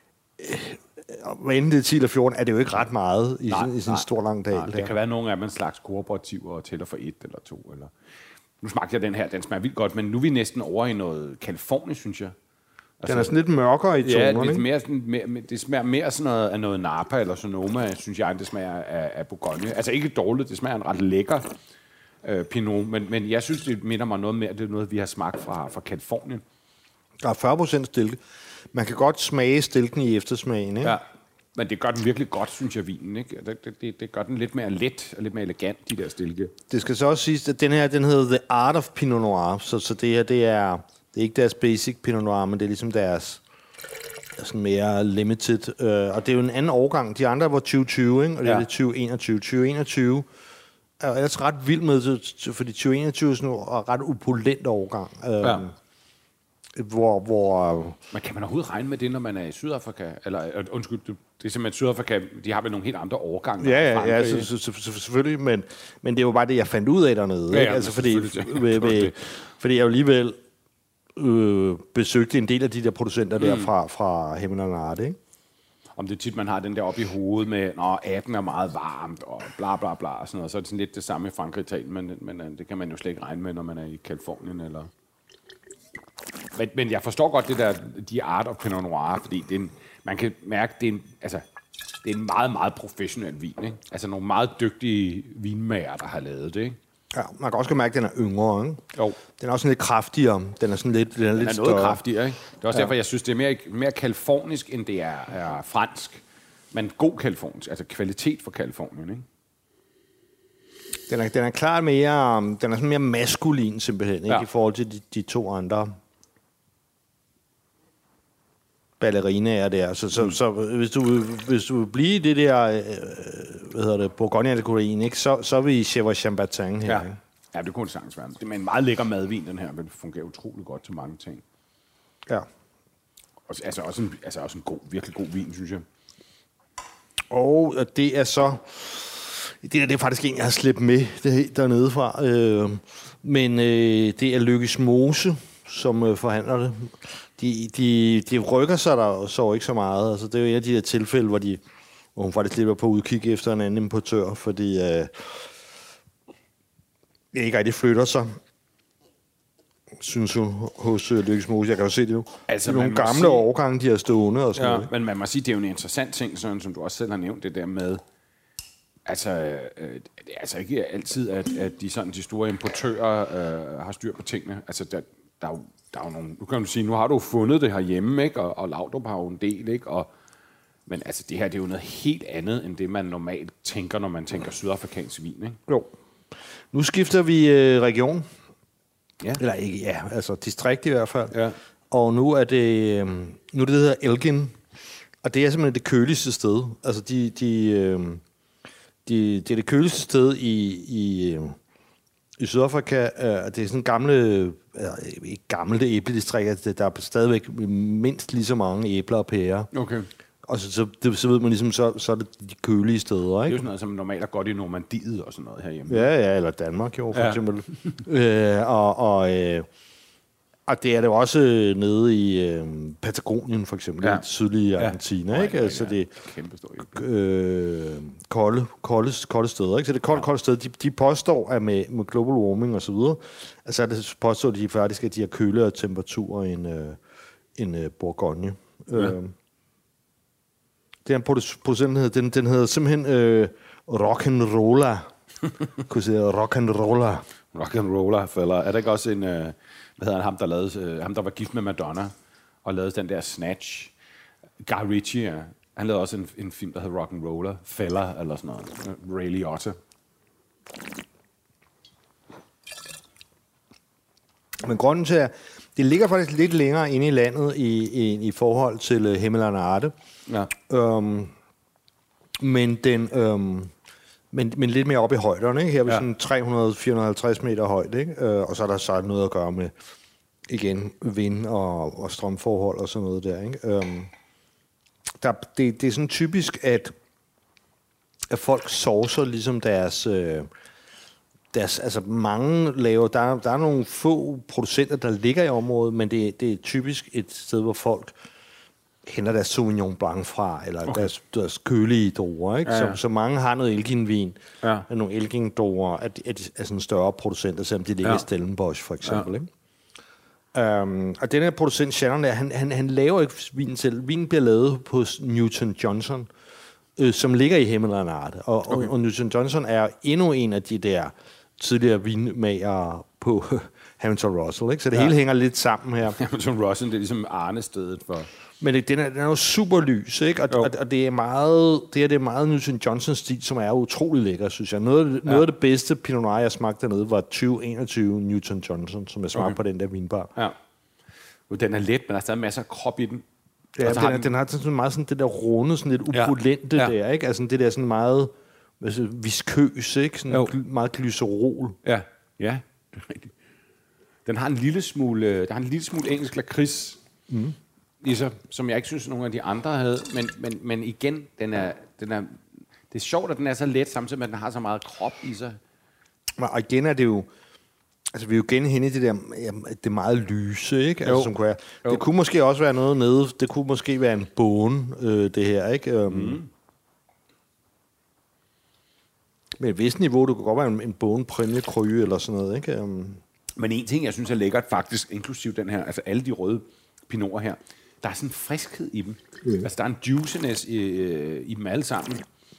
hvad enten det er ti eller fjorten, er det jo ikke ret meget i, nej, sådan, i sådan en stor lang dal. Nej, det kan være nogle af dem en slags kooperativer og tæller for et eller to, eller... Nu smagte jeg den her, den smager vildt godt, men nu er vi næsten over i noget Californien, synes jeg. Altså, den er sådan lidt mørkere i tonerne, ja, lidt mere sådan, mere, det smager mere sådan noget af noget Napa eller Sonoma, synes jeg, det smager af, af Bourgogne. Altså ikke dårligt, det smager en ret lækker øh, Pinot, men, men jeg synes, det minder mig noget mere, det er noget, vi har smagt fra, fra Californien. Der er fyrre procent stilke. Man kan godt smage stilken i eftersmagen, ikke? Ja. Men det gør den virkelig godt, synes jeg, vinen, ikke? Det, det, det gør den lidt mere let og lidt mere elegant, de der stilke. Det skal så også siges, at den her, den hedder The Art of Pinot Noir, så, så det her, det er, det er ikke deres basic Pinot Noir, men det er ligesom deres, sådan mere limited. Øh, og det er jo en anden årgang. De andre var tyve tyve, ikke? Og det ja. er det tyve enogtyve. tyve enogtyve er jeg ellers ret vild med, fordi tyve enogtyve er sådan en ret opulent årgang. Øh, ja. Hvor, hvor... Men kan man overhovedet regne med det, når man er i Sydafrika? Eller, undskyld, det er simpelthen Sydafrika, de har vel nogle helt andre årgange? Ja, ja, ja så, så, så, så, selvfølgelig, men, men det var bare det, jeg fandt ud af dernede. Ja, ja, altså, fordi, ved, ved, fordi jeg jo alligevel øh, besøgte en del af de der producenter mm. der fra, fra Hamilton and Art, ikke? Om det tit, man har den der op i hovedet med, når atten er meget varmt, og bla bla bla, og sådan noget. Så er det sådan lidt det samme i Frankrig, Italien, men, men det kan man jo slet ikke regne med, når man er i Kalifornien, eller... Men, men jeg forstår godt det der, de art of Pinot Noir, fordi det er en, man kan mærke, det er en, altså, det er en meget, meget professionel vin, ikke? Altså nogle meget dygtige vinmager, der har lavet det, ikke? Ja, man kan også mærke, at den er yngre, ikke? Jo. Den er også sådan lidt kraftigere. Den er sådan lidt, den er den lidt er noget større. kraftigere, ikke? Det er også ja. derfor, jeg synes, det er mere, mere kalifornisk, end det er, er fransk. Men god kalifornisk, altså kvalitet for Kalifornien, ikke? Den er, den er klart mere, den er sådan mere maskulin simpelthen, ikke? Ja. I forhold til de, de to andre ballerinaer der. Så, så, mm. så hvis, du, hvis du vil blive det der, øh, hvad hedder det, Bourgogne-alkoholin, ikke? Så, så er vi i Chèvre Chambertin her, ja. ikke? Ja, det kunne det sagtens være. Det er en meget lækker madvin, den her, men det fungerer utrolig godt til mange ting. Ja. Og, altså, også en, altså også en god, virkelig god vin, synes jeg. Og det er så... Det der, det er faktisk en, jeg har slæbt med det, dernede fra. Øh, men øh, det er Lykkes Mose, som øh, forhandler det. De, de, de rykker sig der så ikke så meget. Altså, det er jo en af de der tilfælde, hvor, de, hvor hun faktisk slipper på udkig efter en anden importør, fordi øh, det ikke rigtig flytter sig, synes hun, hos øh, Lykkes Mose. Jeg kan jo se det jo. Altså, det er nogle gamle sige, årgange, de har stående og sådan ja, noget. Men man må sige, det er jo en interessant ting, sådan, som du også selv har nævnt, det der med, altså, øh, det er altså ikke altid, at, at de, sådan, de store importører øh, har styr på tingene. Altså, der, der, er jo, der er jo nogle... Nu kan du sige, nu har du fundet det herhjemme, ikke? Og, og Laudrup har jo en del, ikke? Og, men altså, det her, det er jo noget helt andet, end det, man normalt tænker, når man tænker sydafrikansk vin, ikke? Jo. Nu skifter vi øh, region. Ja. Eller ikke, ja, altså distrikt i hvert fald. Ja. Og nu er det, øh, nu er det, det hedder Elgin. Og det er simpelthen det køligste sted. Altså, de... de øh, De, det er det køligste sted i, i, i Sydafrika. Uh, det er sådan gamle, uh, ikke gamle æbledistrikter, der er stadigvæk mindst lige så mange æbler og pærer. Okay. Og så, så, det, så ved man ligesom, så, så er det de kølige steder, ikke? Det er jo sådan noget, som normalt er godt i Normandiet og sådan noget herhjemme. Ja, ja, eller Danmark jo, for ja. eksempel. uh, og, og, uh, og det er det jo også nede i uh, Patagonien, for eksempel, ja. I sydlige Argentina, ja. Ikke? Ja, altså det øh, kolde, kolde, kolde steder, ikke? Så det er kolde, ja. kolde steder. De, de påstår, at med, med global warming og så videre, altså det påstår de faktisk, at de har køligere temperaturer end, uh, end uh, Bourgogne. Ja. Uh, det er en producent, den, den, den hedder simpelthen uh, Rock'n'Rolla. Kunne sige Rock'n'Rolla. Rock'n'Rolla, fælder. Er der ikke også en... Uh hvad hedder han, ham der, lavede, øh, ham, der var gift med Madonna, og lavede den der Snatch. Guy Ritchie, ja. Han lavede også en, en film, der hed Rock'n'Roller, Fella, eller sådan noget. Ray Liotta. Men grunden til, at det ligger faktisk lidt længere inde i landet i, i, i forhold til uh, Hamilton and Art. Ja. Um, men den... Um, Men, men lidt mere op i højderne, ikke? Her er vi ja. sådan tre hundrede til fire hundrede og halvtreds meter højt, ikke? Øh, og så er der så noget at gøre med, igen, vind og, og strømforhold og sådan noget der, ikke? Øhm, der, det, det er sådan typisk, at, at folk sovser ligesom deres... Øh, deres altså mange laver... Der, der er nogle få producenter, der ligger i området, men det, det er typisk et sted, hvor folk henter deres Sauvignon Blanc fra, eller okay. deres, deres kølige druer, ikke? Ja, ja. Så, så mange har noget Elgin-vin, ja. Nogle Elgin-druer af, af, af sådan større producenter, selvom de ligger ja. I Stellenbosch, for eksempel, ja. Ikke? Um, og den her producent, Shannon, der, han, han, han laver ikke vin selv. Vinen bliver lavet hos Newton Johnson, øh, som ligger i Hamilton and Art. Og, okay. og, og Newton Johnson er endnu en af de der tidligere vinmager på Hamilton Russell, ikke? Så det ja. Hele hænger lidt sammen her. Hamilton Russell, det er ligesom arnestedet for... Men det, den, er, den er jo super lys, ikke? Og, og, og det er meget, det er det er meget Newton Johnson stil, som er utrolig lækker, synes jeg. Noget, ja. noget af det bedste Pinot Noir, jeg smagte dernede, var tyve enogtyve Newton Johnson, som jeg smagte okay. på den der vinbar. Ja. Den er let, men der er stadig masser af krop i den. Ja, den, har er, den, den har sådan meget sådan det der runde, sådan lidt opulente ja. ja. der, ikke? Altså det der sådan meget altså, viskøs, ikke? Sådan gl- meget glycerol. Ja, ja. Den har en lille smule, der har en lille smule engelsk lakrids mm. i sig, som jeg ikke synes, nogen af de andre havde. Men, men, men igen, den er, den er, det er sjovt, at den er så let, samtidig med, at den har så meget krop i sig. Og igen er det jo, altså vi er jo igen henne i det der, jamen, det er meget lyse, ikke? Altså, som kunne være, det kunne måske også være noget nede, det kunne måske være en bone, øh, det her, ikke? Um, mm. Med et vist niveau, det kunne godt være en, en bone præmie krøge eller sådan noget, ikke? Um, Men en ting, jeg synes er lækkert faktisk, inklusiv den her, altså alle de røde pinoter her, der er sådan en friskhed i dem. Mm. Altså der er en juiciness i, i dem alle sammen.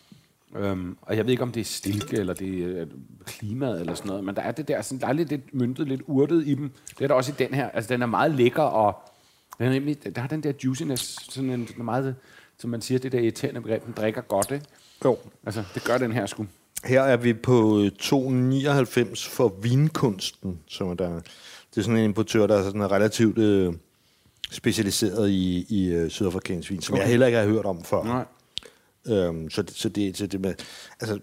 Um, og jeg ved ikke, om det er stilke, eller det er klimaet, eller sådan noget, men der er det der, sådan, der er lidt, lidt myntet, lidt urtet i dem. Det er der også i den her. Altså den er meget lækker, og den er nemlig, der har den der juiciness, sådan en, en meget, som man siger, det der irriterende begreb, den drikker godt, ikke? Jo. Altså, det gør den her sgu. Her er vi på to komma nioghalvfems for Vinkunsten, som er der. Det er sådan en importør, der er sådan relativt øh, specialiseret i, i øh, sydafrikansk vin, som okay. jeg heller ikke har hørt om før. Nej. Øhm, så, det, så, det, så det med, altså,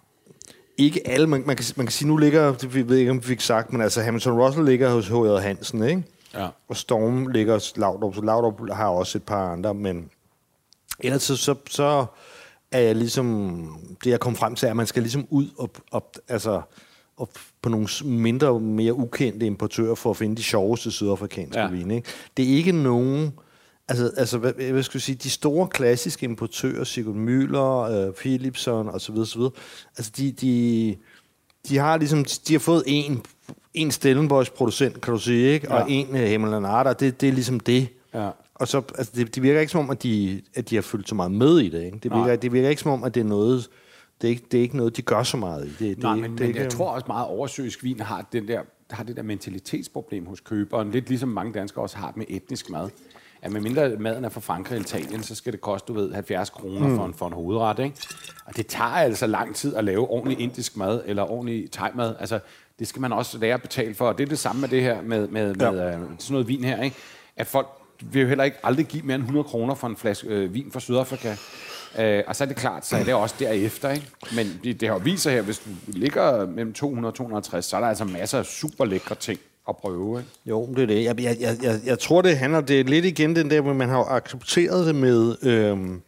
ikke alle, man, man, kan, man kan sige, nu ligger, det vi ved ikke, om vi fik sagt, men altså Hamilton Russell ligger hos H J Hansen, ikke? Ja. Og Storm ligger hos Laudrup, så Laudrup har også et par andre, men ellers så, så, så er jeg ligesom, det jeg kom frem til, at man skal ligesom ud og, og altså, og på nogle mindre, mere ukendte importører for at finde de sjoveste sydafrikanske ja. vine, ikke? Det er ikke nogen. Altså, altså hvad, hvad skal jeg sige, de store klassiske importører, Sigurd Müller, øh, Philipson og så videre, så videre, altså de, de, de har ligesom, de har fået en, en Stellenbosch producent, kan du sige, ikke? Ja. Og en uh, Hemmeland Arter, det, det er ligesom det. Ja. Og så, altså det, det virker ikke som om, at de, at de har følt så meget med i det, ikke? Det virker, det virker ikke som om, at det er noget, det er ikke, det er ikke noget, de gør så meget i. Det, Nej, det, men, det, men det, jeg tror også meget oversøisk vin har den der, har det der mentalitetsproblem hos køberen, lidt ligesom mange danskere også har med etnisk mad. At medmindre maden er fra Frankrig eller Italien, så skal det koste, du ved, halvfjerds kroner mm. for, en, for en hovedret, ikke? Og det tager altså lang tid at lave ordentlig indisk mad, eller ordentlig thai-mad. Altså, det skal man også lære at betale for. Og det er det samme med det her, med, med, ja. med uh, sådan noget vin her, ikke? At folk vil jo heller ikke aldrig give mere end hundrede kroner for en flaske øh, vin fra Sydafrika. Uh, og så er det klart, så er det også derefter, ikke? Men det, det har jo vist sig her, hvis du ligger mellem to hundrede og to hundrede og halvtreds, så er der altså masser af super lækre ting at prøve, ikke? Jo, det er det. Jeg, jeg, jeg, jeg tror, det handler det er lidt igen den der, hvor man har accepteret det med, øhm,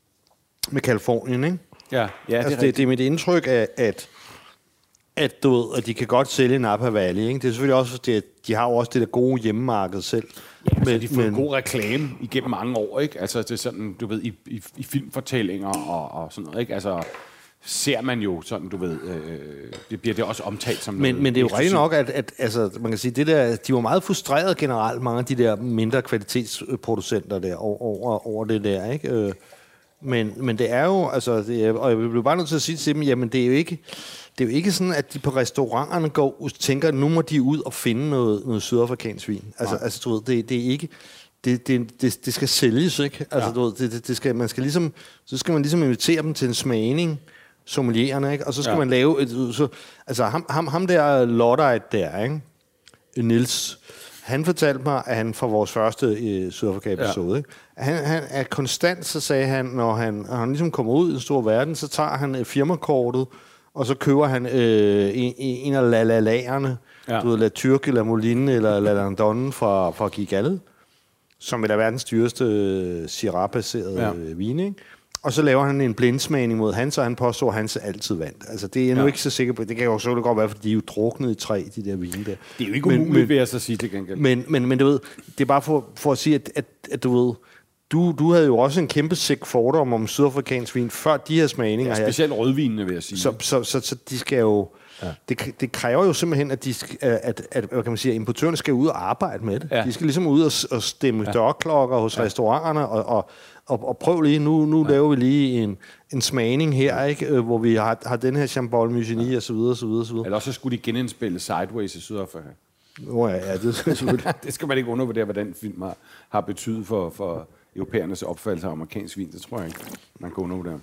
med Kalifornien, ikke? Ja, ja det, altså, er det, det er mit indtryk af, at, at, du ved, at de kan godt sælge Napa Valley, ikke? Det er selvfølgelig også, det, de har jo også det der gode hjemmemarked selv. Ja, men, de får en god reklame igennem mange år, ikke? Altså, det er sådan, du ved, i, i, i filmfortællinger og, og sådan noget, ikke? Altså, ser man jo sådan, du ved, øh, det bliver det også omtalt som men, noget. Men det er jo rigtigt nok, at, at altså, man kan sige, det der, de var meget frustreret generelt, mange af de der mindre kvalitetsproducenter der, over, over, over det der, ikke? Men, men det er jo, altså, det er, og jeg bliver bare nødt til at sige til dem, jamen det er jo ikke, det er jo ikke sådan, at de på restauranterne går og tænker, at nu må de ud og finde noget, noget sydafrikansk vin. Altså, altså du ved, det, det er ikke, det, det, det, det skal sælges, ikke? Altså, ja. du ved, det, det skal, man skal ligesom, så skal man ligesom invitere dem til en smagning, sommeliererne, ikke? Og så skal ja. man lave et, så, altså ham, ham, ham der Loddite der, ikke? Niels, han fortalte mig, at han fra vores første øh, Sydafrika-episode, ja. ikke? Han, han er konstant, så sagde han, når han, når han ligesom kommer ud i en stor verden, så tager han øh, firmakortet, og så køber han øh, en, en af la-la-lagerne, ja. du ved, La Turque, La Moline eller La Landonne fra, fra Gigal, som er verdens dyreste øh, Syrah-baserede ja. øh, vin, ikke? Og så laver han en blindsmagning mod Hans, og han påstår, at Hans altid vandt. Altså, det er jeg nu ja. ikke så sikker på. Det kan jo så godt være, fordi de er jo druknet i træ, de der vine der. Det er jo ikke umuligt, men, vil jeg så sige til gengæld. Men, men, men du ved, det er bare for, for at sige, at, at, at du ved, du, du havde jo også en kæmpe sik fordom om sydafrikansk vin, før de her smagninger. Ja, specielt rødvinene, vil jeg sige. Så, så, så, så de skal jo... Ja. Det, det kræver jo simpelthen, at, de, at, at hvad kan man sige, at importørerne skal ud og arbejde med det. Ja. De skal ligesom ud og, og stemme ja. dørklokker hos ja. restauranterne, og, og, og, og prøv lige, nu, nu ja. laver vi lige en, en smagning her, ikke, hvor vi har, har den her Chambol Musigny, ja. og så videre, så videre, så videre. Eller også skulle de genindspille Sideways i Sydafrika. Oh, ja, ja, det selvfølgelig. Det skal man ikke undervurdere, hvad den film har, har betydet for, for europæernes opfattelse af amerikansk vin. Det tror jeg ikke, man kan undervurdere.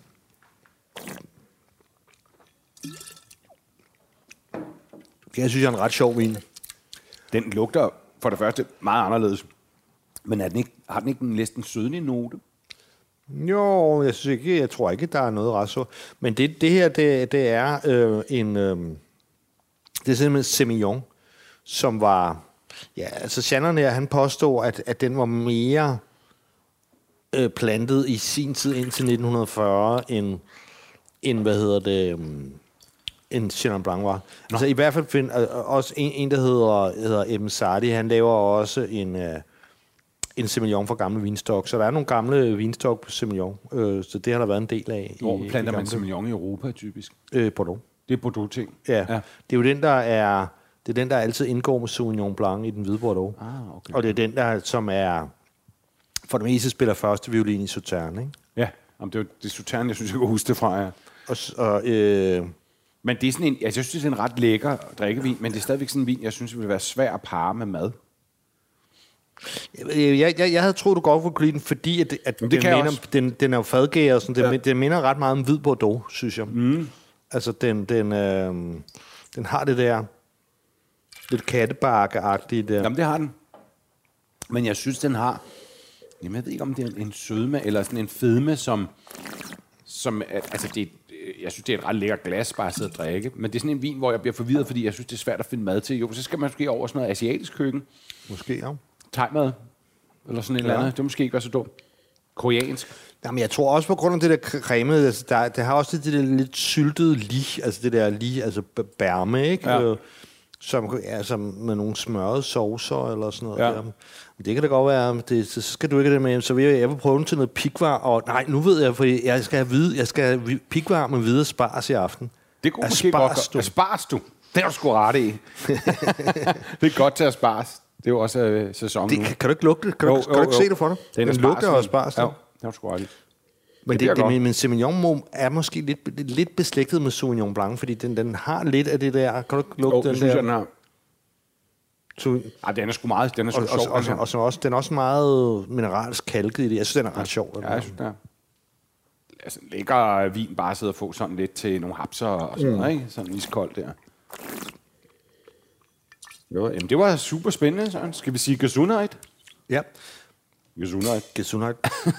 Jeg synes, jeg er en ret sjov vin. Den lugter for det første meget anderledes Men er den ikke, har den ikke en næsten sødlig note? Jo, jeg synes ikke, jeg tror ikke, der er noget ret så. Men det, det her, det, det er øh, en, øh, det er simpelthen Semillon, som var, ja, altså Channon her, han påstår, at, at den var mere øh, plantet i sin tid indtil nitten fyrre, end, end hvad hedder det, øh, end Chenin Blanc var. Nå. Altså i hvert fald find, øh, også en, en, der hedder, hedder Ebn Sardi, han laver også en... Øh, en Semillon fra gamle vinstok. Så der er nogle gamle vinstok på Semillon. Øh, så det har der været en del af. Hvor i, planter i man Semillon i Europa, typisk? Øh, Bordeaux. Det er Bordeaux-ting? Ja. ja. Det er jo den, der er... Det er den, der altid indgår med Sauvignon Blanc i den hvide Bordeaux. Ah, okay. Og det er den, der som er... For det meste spiller første violin i Sauternes, ikke? Ja. Jamen, det er jo det Sauternes, jeg synes, jeg kan huske det fra, ja. Og, og, øh, men det er sådan en... Altså, jeg synes, det er en ret lækker drikkevin, men det er stadigvæk sådan en vin, jeg synes, det vil være svær at parre med mad. Jeg, jeg, jeg havde troet, du godt kunne lide den, fordi at, at det den, mener, den, den er jo fadgæret, og sådan, den, ja. den minder ret meget om hvid Bordeaux, synes jeg. Mm. Altså, den, den, øh, den har det der lidt kattebakke-agtige der. Jamen, det har den. Men jeg synes, den har... Jamen, jeg ved ikke, om det er en sødme, eller sådan en fedme, som... som altså, det, jeg synes, det er et ret lækkert glas, bare at sidde og drikke. Men det er sådan en vin, hvor jeg bliver forvirret, fordi jeg synes, det er svært at finde mad til. Jo, så skal man måske over sådan noget asiatisk køkken. Måske, ja. Thai-mad, eller sådan et ja. eller andet. Det er måske ikke så dumt. Koreansk. Jamen, jeg tror også på grund af det der cremede, altså, der, det har også det der lidt syltede lig, altså det der lig, altså bærme, ikke? Ja. Øh, som, altså med nogle smørrede saucer eller sådan noget. Ja. Der. Det kan da godt være, det, så skal du ikke have det med, så vil jeg, jeg vil prøve den til noget pikvar, og nej, nu ved jeg, for jeg skal have hvide, jeg skal have pikvar med hvide spars i aften. Det kunne måske godt gøre. Spars du. Det er du sgu ret i. Det er godt til at spars. Det er jo også øh, sæson det, nu. Kan, kan du ikke lugte det? Kan, jo, du, kan jo, du ikke jo. se det for dig? Den, den lugter også spars. Ja, det er sgu ret i. Men, det, det, det, men Semillon er måske lidt, lidt beslægtet med Sauvignon Blanc, fordi den, den har lidt af det der. Kan du ikke lugte jo, den det synes der? jeg, den har. Så, Ej, den er sgu meget, den er sgu og, sjov. Og, og, og, og også, den er også meget mineralsk kalket i det. Jeg synes, den er ret sjov. Ja, jeg synes, den er. Altså, lækker vin bare sidde og få sådan lidt til nogle hapser og sådan mm. noget, ikke? Sådan iskoldt der. Jo, jamen, det var super spændende, så skal vi sige Gesundheit? Ja. Gesundheit. Gesundheit.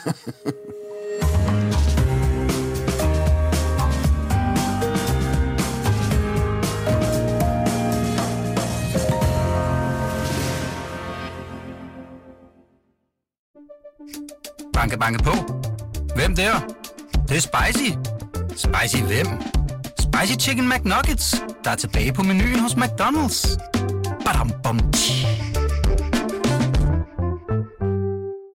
Banke, banke på. Hvem der? Det, det er spicy. Spicy hvem? Spicy Chicken McNuggets, der er tilbage på menuen hos McDonald's. Badum, bom, tji.